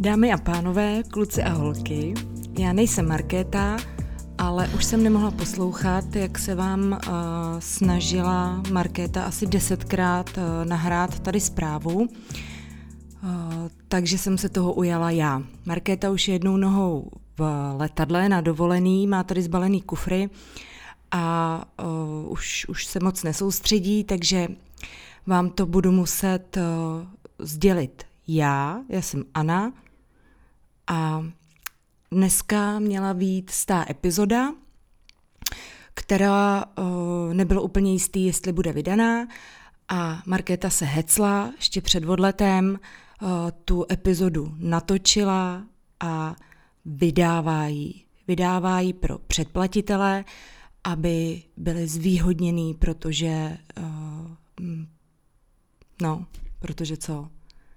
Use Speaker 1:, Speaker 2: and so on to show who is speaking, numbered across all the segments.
Speaker 1: Dámy a pánové, kluci a holky, já nejsem Markéta, ale už jsem nemohla poslouchat, jak se vám snažila Markéta asi 10krát nahrát tady zprávu, takže jsem se toho ujala já. Markéta už je jednou nohou v letadle na dovolený, má tady zbalený kufry a už se moc nesoustředí, takže vám to budu muset sdělit já jsem Anna a dneska měla vyjít 100. epizoda, která nebylo úplně jistý, jestli bude vydaná a Markéta se hecla ještě před odletem, tu epizodu natočila a vydává ji pro předplatitele, aby byli zvýhodněný, protože protože co?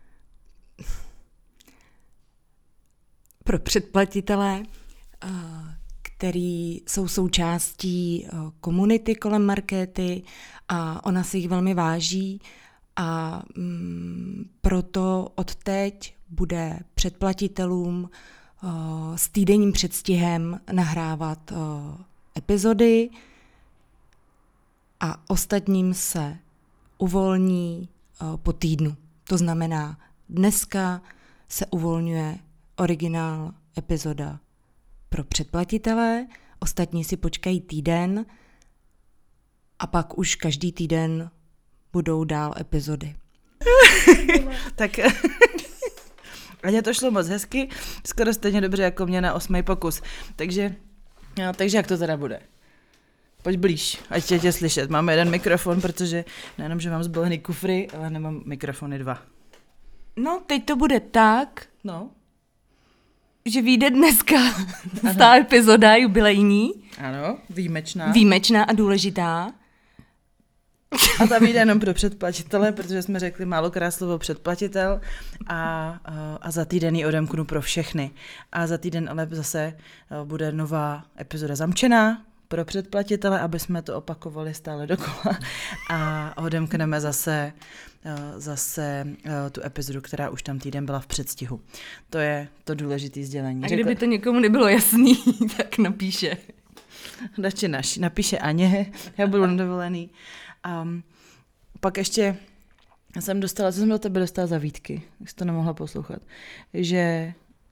Speaker 1: Pro předplatitele, který jsou součástí komunity kolem Markéty a ona si jich velmi váží a proto odteď bude předplatitelům s týdenním předstihem nahrávat epizody a ostatním se uvolní po týdnu. To znamená, dneska se uvolňuje originál epizoda pro předplatitele, ostatní si počkají týden a pak už každý týden budou dál epizody.
Speaker 2: Tak Aně to šlo moc hezky, skoro stejně dobře jako mě na 8. pokus. Takže jak to teda bude? Pojď blíž, ať tě slyšet. Máme jeden mikrofon, protože nejenom, že mám zbalený kufry, ale nemám mikrofony 2.
Speaker 1: No, teď to bude tak, že vyjde dneska 100. epizoda jubilejní.
Speaker 2: Ano, výjimečná.
Speaker 1: Výjimečná a důležitá.
Speaker 2: A ta vyjde jenom pro předplatitele, protože jsme řekli málokrát slovo předplatitel a za týden ji odemknu pro všechny. A za týden ale zase bude nová epizoda zamčená pro předplatitele, aby jsme to opakovali stále dokola a odemkneme zase tu epizodu, která už tam týden byla v předstihu. To je to důležité sdělení.
Speaker 1: A kdyby to někomu nebylo jasný, tak napíše.
Speaker 2: Radši napíše Aně, já budu nadovolený. Pak ještě jsem dostala, co jsem do tebe dostala za výtky, jsi to nemohla poslouchat, že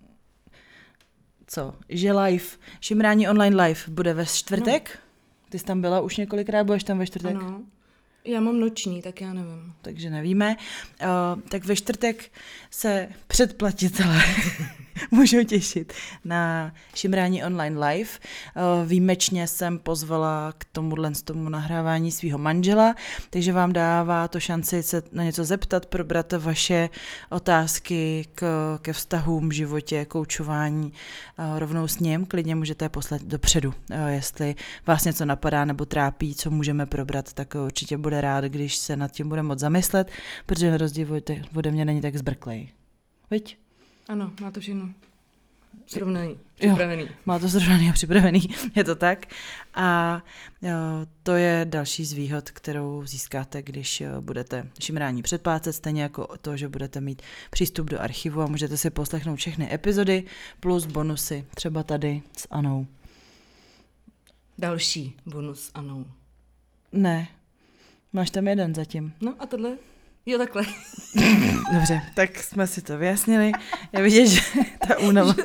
Speaker 2: Šimrání online live bude ve čtvrtek? No. Ty jsi tam byla už několikrát, budeš tam ve čtvrtek?
Speaker 1: Ano, já mám noční, tak já nevím.
Speaker 2: Takže nevíme. Tak ve čtvrtek se předplatitelé můžou těšit na Šimrání online live. Výjimečně jsem pozvala k tomu nahrávání svého manžela, takže vám dává to šanci se na něco zeptat, probrat vaše otázky ke vztahům, životě, koučování rovnou s ním. Klidně můžete poslat dopředu. Jestli vás něco napadá nebo trápí, co můžeme probrat, tak určitě bude rád, když se nad tím bude moc zamyslet, protože na rozdíl ode mě není tak zbrklej. Viď?
Speaker 1: Ano, má to všechno srovnaný, připravený.
Speaker 2: Jo, má to srovnaný a připravený, je to tak. A to je další z výhod, kterou získáte, když budete Šimrání předplácet, stejně jako to, že budete mít přístup do archivu a můžete si poslechnout všechny epizody plus bonusy, třeba tady s Anou.
Speaker 1: Další bonus s Anou.
Speaker 2: Ne, máš tam jeden zatím.
Speaker 1: No a tohle? Jo, takhle.
Speaker 2: Dobře, tak jsme si to vyjasnili. Já vidím, že ta únava...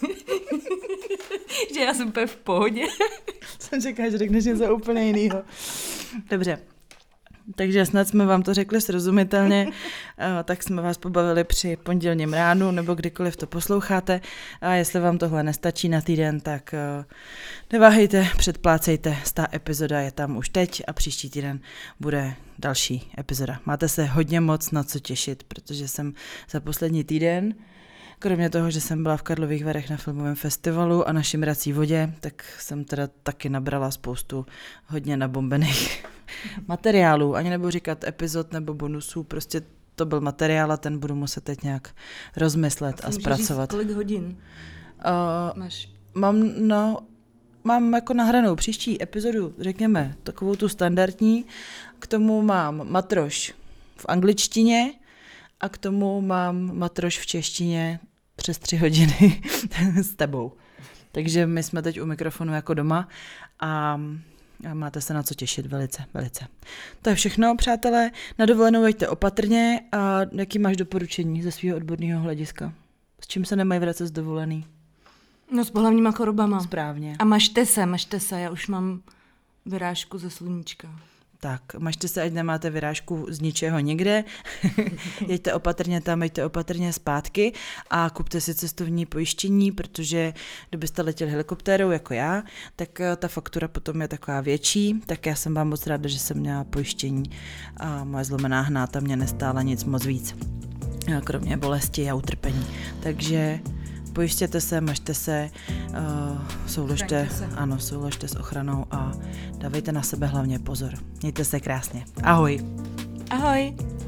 Speaker 1: že já jsem úplně v pohodě.
Speaker 2: Jsem čekala, že řekneš něco úplně jinýho. Dobře. Takže snad jsme vám to řekli srozumitelně, tak jsme vás pobavili při pondělním ránu nebo kdykoliv to posloucháte a jestli vám tohle nestačí na týden, tak neváhejte, předplácejte, 100. epizoda je tam už teď a příští týden bude další epizoda. Máte se hodně moc na co těšit, protože jsem za poslední týden, kromě toho, že jsem byla v Karlových Varech na filmovém festivalu a na Šimrací vodě, tak jsem teda taky nabrala spoustu hodně nabombených materiálů. Ani nebudu říkat epizod nebo bonusů, prostě to byl materiál a ten budu muset teď nějak rozmyslet a zpracovat.
Speaker 1: Kolik hodin máš?
Speaker 2: Mám jako nahranou příští epizodu, řekněme, takovou tu standardní. K tomu mám matroš v angličtině a k tomu mám matroš v češtině, přes 3 hodiny s tebou. Takže my jsme teď u mikrofonu jako doma a máte se na co těšit velice, velice. To je všechno, přátelé. Na dovolenou jeďte opatrně a jaký máš doporučení ze svého odborného hlediska? S čím se nemají vracet z dovolený?
Speaker 1: No s pohlavníma chorobama.
Speaker 2: Správně.
Speaker 1: A mažte se, já už mám vyrážku ze sluníčka.
Speaker 2: Tak, mažte se, ať nemáte vyrážku z ničeho nikde, jeďte opatrně tam, jeďte opatrně zpátky a kupte si cestovní pojištění, protože kdybyste letěli helikoptérou jako já, tak ta faktura potom je taková větší, tak já jsem vám moc ráda, že jsem měla pojištění a moje zlomená hnáta mě nestála nic moc víc, kromě bolesti a utrpení. Takže pojistěte se, mažte se, souložte s ochranou a dávejte na sebe hlavně pozor. Mějte se krásně. Ahoj.
Speaker 1: Ahoj.